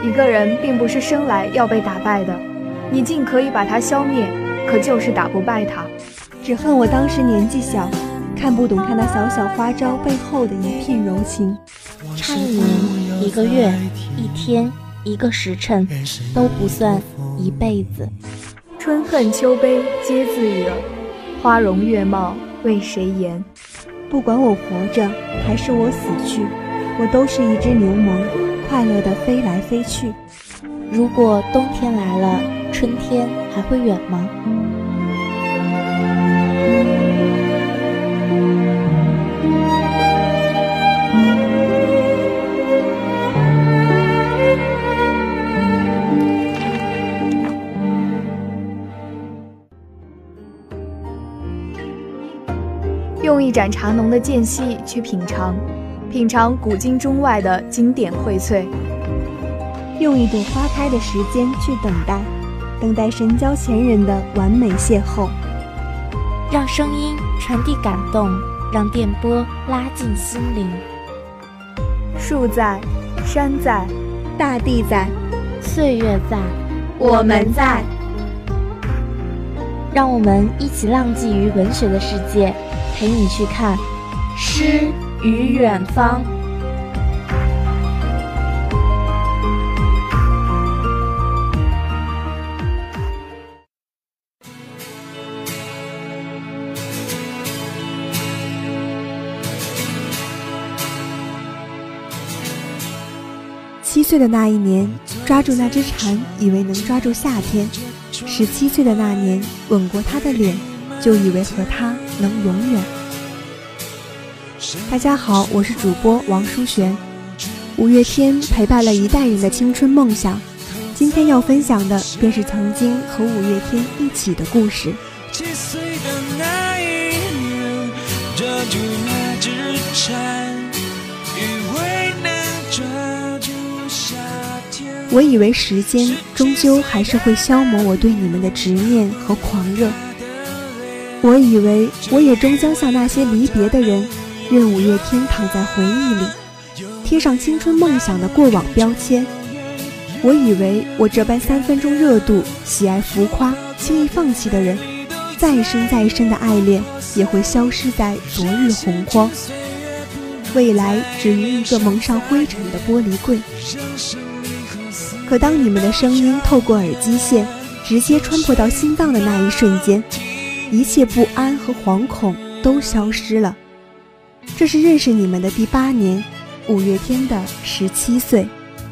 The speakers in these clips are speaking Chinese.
一个人并不是生来要被打败的，你尽可以把他消灭，可就是打不败他。 只恨我当时年纪小，看不懂他那小小花招背后的一片柔情。 差1年、1个月、1天、1个时辰都不算一辈子。 春恨秋悲皆自惹，花容月貌为谁言？ 不管我活着还是我死去，我都是一只牛虻，快乐地飞来飞去。 如果冬天来了，春天还会远吗？ 用一盏茶浓的间隙去品尝古今中外的经典荟萃， 用一朵花开的时间去等待神交前人的完美邂逅， 让声音传递感动，让电波拉近心灵。 树在，山在， 大地在， 岁月在， 我们在。 让我们一起浪迹于文学的世界，陪你去看诗与远方。 7岁的那一年，抓住那只蝉，以为能抓住夏天；17岁的那年，吻过他的脸，就以为和他能永远。大家好，我是主播王淑璇。五月天陪伴了一代人的青春梦想，今天要分享的便是曾经和五月天一起的故事。 7岁的那一年，抓住那只蝉，以为能抓住夏天。 我以为时间终究还是会消磨我对你们的执念和狂热，我以为我也终将像那些离别的人，任五月天躺在回忆里，贴上青春梦想的过往标签。我以为我这般3分钟热度、喜爱浮夸、轻易放弃的人，再深再深的爱恋也会消失在昨日洪荒，未来只于一个蒙上灰尘的玻璃柜。可当你们的声音透过耳机线直接穿破到心脏的那一瞬间，一切不安和惶恐都消失了。这是认识你们的第8年，五月天的17岁。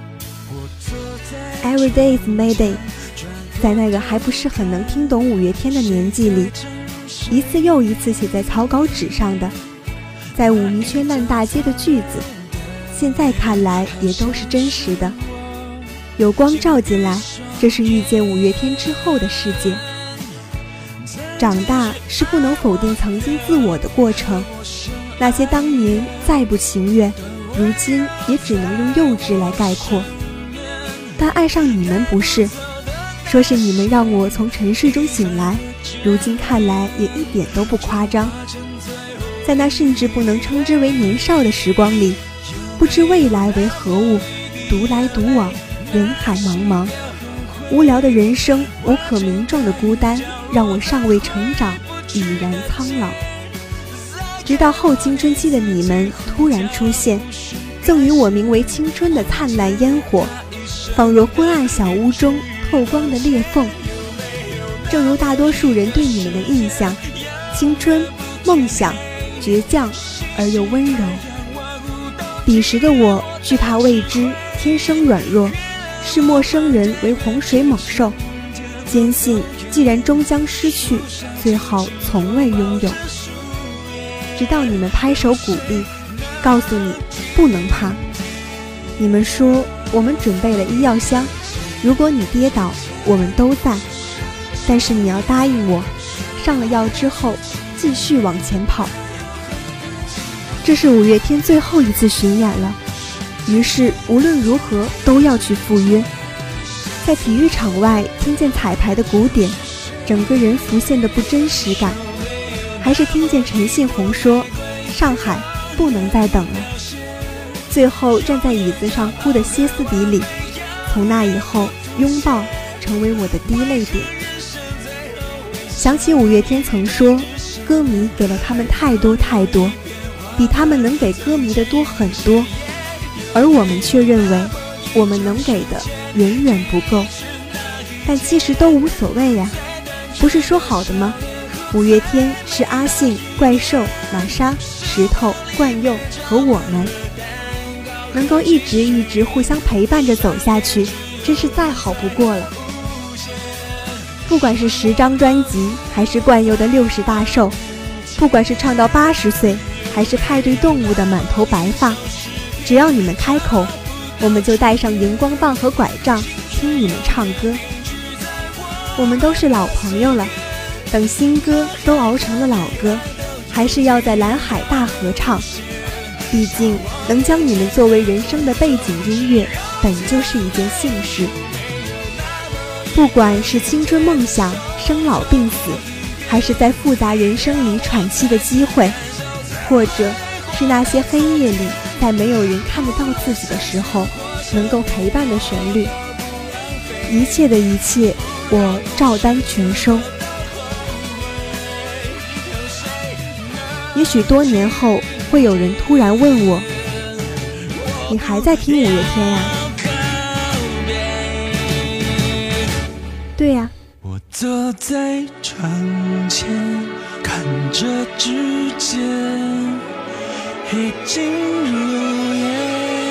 Every day is Mayday， 在那个还不是很能听懂五月天的年纪里，一次又一次写在草稿纸上的，在五迷圈烂大街的句子，现在看来也都是真实的。有光照进来，这是遇见五月天之后的世界。长大是不能否定曾经自我的过程，那些当年再不情愿，如今也只能用幼稚来概括。但爱上你们不是，说是你们让我从沉睡中醒来，如今看来也一点都不夸张。在那甚至不能称之为年少的时光里，不知未来为何物，独来独往，人海茫茫，无聊的人生，无可名状的孤单，让我尚未成长，已然苍老。直到后青春期的你们突然出现，赠予我名为青春的灿烂烟火，仿若昏暗小屋中透光的裂缝。正如大多数人对你们的印象，青春、梦想、倔强而又温柔。彼时的我惧怕未知，天生软弱，视陌生人为洪水猛兽，坚信既然终将失去，最好从未拥有。直到你们拍手鼓励，告诉你不能怕。你们说我们准备了医药箱，如果你跌倒，我们都在，但是你要答应我，上了药之后继续往前跑。这是五月天最后一次巡演了，于是无论如何都要去赴约。在体育场外听见彩排的鼓点，整个人浮现的不真实感，还是听见陈信宏说上海不能再等了。最后站在椅子上哭得歇斯底里， 从那以后，拥抱成为我的低泪点。想起五月天曾说，歌迷给了他们太多太多，比他们能给歌迷的多很多，而我们却认为我们能给的远远不够。但其实都无所谓呀，不是说好的吗？五月天是阿信、怪兽、玛莎、石头、冠佑和我们，能够一直互相陪伴着走下去，真是再好不过了。不管是10张专辑，还是冠佑的60大寿，不管是唱到80岁，还是派对动物的满头白发，只要你们开口，我们就带上荧光棒和拐杖听你们唱歌。我们都是老朋友了，等新歌都熬成了老歌，还是要在蓝海大合唱。毕竟能将你们作为人生的背景音乐，本就是一件幸事。不管是青春梦想、生老病死，还是在复杂人生里喘息的机会，或者是那些黑夜里在没有人看得到自己的时候能够陪伴的旋律，一切的一切我照单全收。也许多年后会有人突然问我，你还在听五月天呀？对呀。 我坐在窗前，看着指尖已经入夜。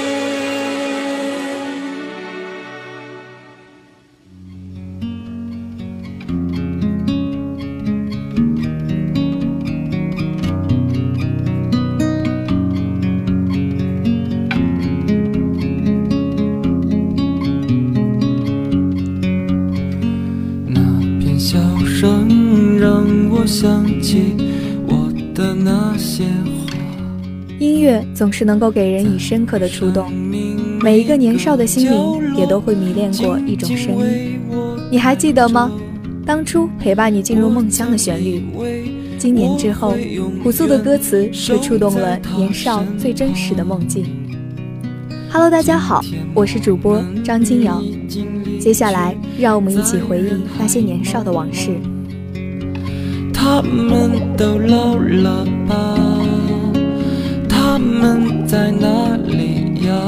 想起我的那些话。 音乐总是能够给人以深刻的触动，每一个年少的心灵也都会迷恋过一种声音。你还记得吗？当初陪伴你进入梦乡的旋律，今年之后，朴素的歌词却触动了年少最真实的梦境。Hello， 大家好，我是主播张金瑶。接下来，让我们一起回忆那些年少的往事。 他们都老了吧？他们在哪里呀？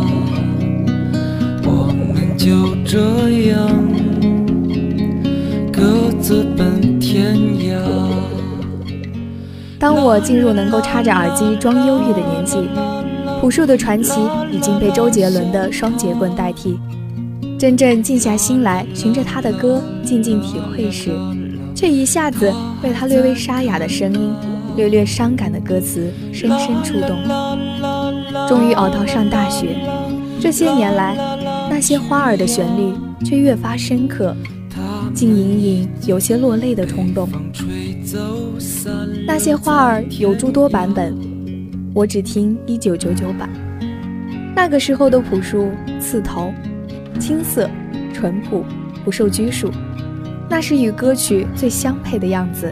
我们就这样各自奔天涯。 当我进入能够插着耳机装忧郁的年纪，朴树的传奇已经被周杰伦的双节棍代替。真正静下心来，循着他的歌静静体会时，却一下子被他略微沙哑的声音、略略伤感的歌词深深触动。终于熬到上大学，这些年来，那些花儿的旋律却越发深刻，竟隐隐有些落泪的冲动。那些花儿有诸多版本，我只听1999版。那个时候的朴树刺头、青涩、淳朴，不受拘束，那是与歌曲最相配的样子。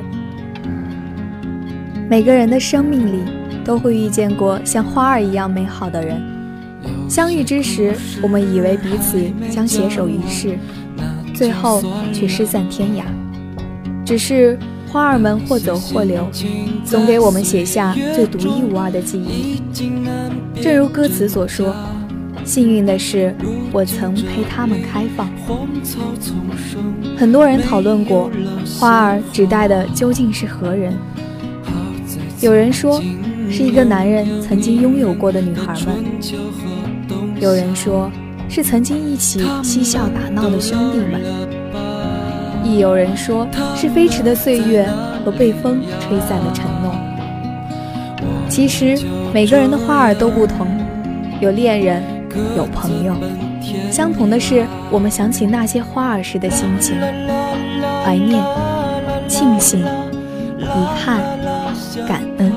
每个人的生命里都会遇见过像花儿一样美好的人，相遇之时，我们以为彼此将携手一世，最后却失散天涯。只是花儿们或走或留，总给我们写下最独一无二的记忆。正如歌词所说，幸运的是，我曾陪他们开放。很多人讨论过，花儿指代的究竟是何人？有人说，是一个男人曾经拥有过的女孩们；有人说，是曾经一起嬉笑打闹的兄弟们；亦有人说，是飞驰的岁月和被风吹散的承诺。其实，每个人的花儿都不同，有恋人，有朋友，相同的是，我们想起那些花儿时的心情，怀念、庆幸、遗憾、感恩。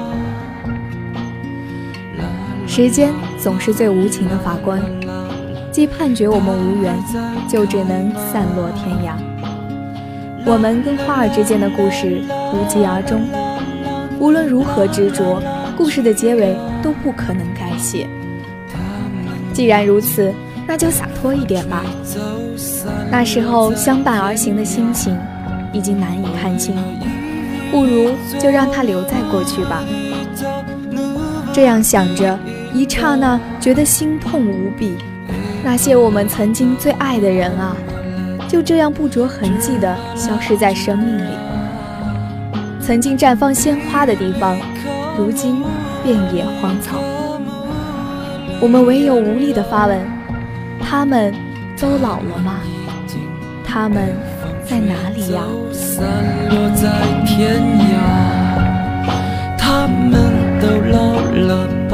时间总是最无情的法官，既判决我们无缘，就只能散落天涯。我们跟花儿之间的故事无疾而终，无论如何执着，故事的结尾都不可能改写。既然如此， 那就洒脱一点吧。那时候相伴而行的心情已经难以看清，不如就让它留在过去吧。这样想着，一刹那觉得心痛无比。那些我们曾经最爱的人啊，就这样不着痕迹地消失在生命里。曾经绽放鲜花的地方，如今遍野荒草。我们唯有无力地发问：他们都老了吗？他们在哪里呀？ 散落在天涯，他们都老了吧？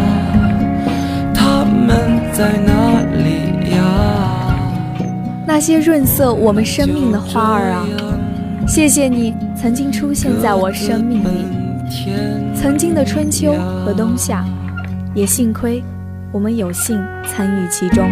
他们在哪里呀？ 那些润色我们生命的花儿啊，谢谢你曾经出现在我生命里。曾经的春秋和冬夏，也幸亏我们有幸参与其中。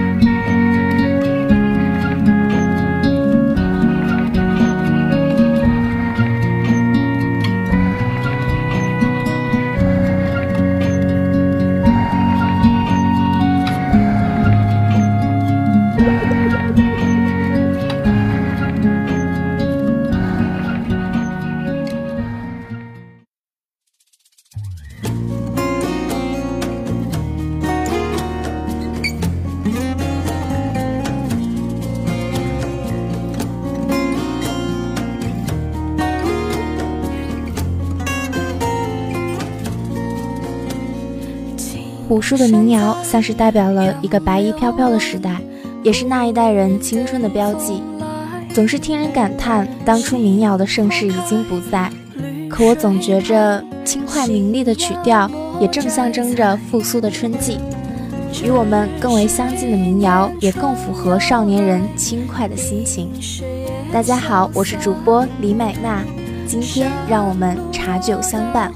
朴树的民谣像是代表了一个白衣飘飘的时代，也是那一代人青春的标记。总是听人感叹当初民谣的盛世已经不在，可我总觉着轻快明丽的曲调也正象征着复苏的春季。与我们更为相近的民谣也更符合少年人轻快的心情。大家好，我是主播李美娜，今天让我们茶酒相伴。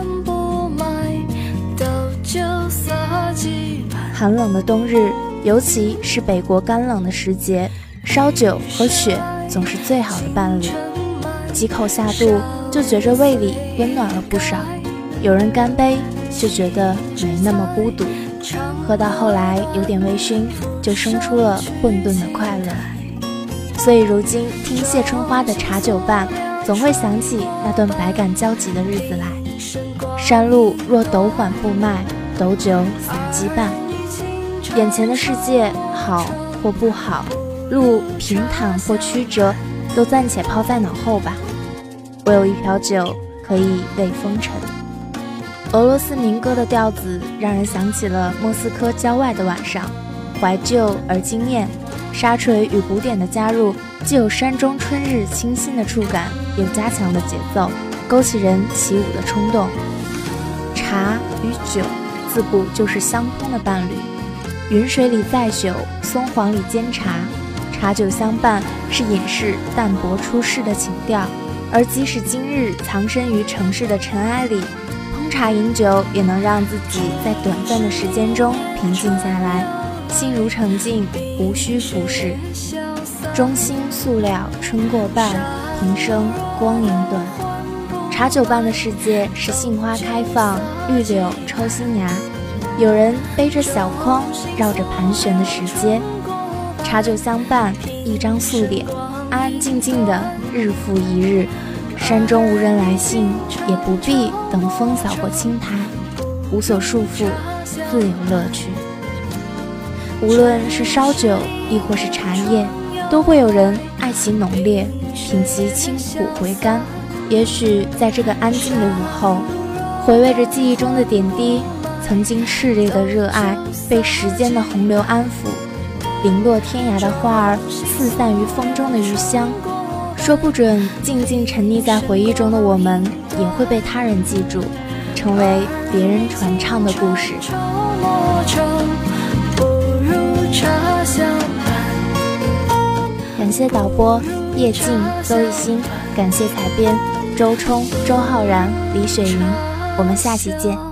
寒冷的冬日，尤其是北国干冷的时节，烧酒和雪总是最好的伴侣。几口下肚，就觉着胃里温暖了不少。有人干杯，就觉得没那么孤独。喝到后来有点微醺，就生出了混沌的快乐。所以如今听谢春花的茶酒伴，总会想起那段百感交集的日子来。山路若陡缓不迈，斗酒洒羁绊。眼前的世界好或不好，路平坦或曲折，都暂且抛在脑后吧。我有一瓢酒可以慰风尘。俄罗斯民歌的调子让人想起了莫斯科郊外的晚上，怀旧而惊艳。沙锤与鼓点的加入，既有山中春日清新的触感，又加强了节奏，勾起人起舞的冲动。茶与酒自古就是相通的伴侣。云水里载酒，松黄里煎茶，茶酒相伴是隐士淡泊出世的情调。而即使今日藏身于城市的尘埃里，烹茶饮酒也能让自己在短暂的时间中平静下来，心如澄净，无需浮世。中心素料春过半，平生光阴短。茶酒伴的世界是杏花开放，绿柳抽新芽。有人背着小筐，绕着盘旋的石阶，茶酒相伴，一张素脸，安安静静的日复一日。山中无人来信，也不必等风扫过青苔，无所束缚，自有乐趣。无论是烧酒，亦或是茶叶，都会有人爱其浓烈，品其清苦回甘。也许在这个安静的午后，回味着记忆中的点滴，曾经炽烈的热爱被时间的洪流安抚，零落天涯的花儿四散于风中的余香，说不准静静沉溺在回忆中的我们，也会被他人记住，成为别人传唱的故事。感谢导播叶静、邹艺兴，感谢采编周冲、周浩然、李雪云，我们下期见。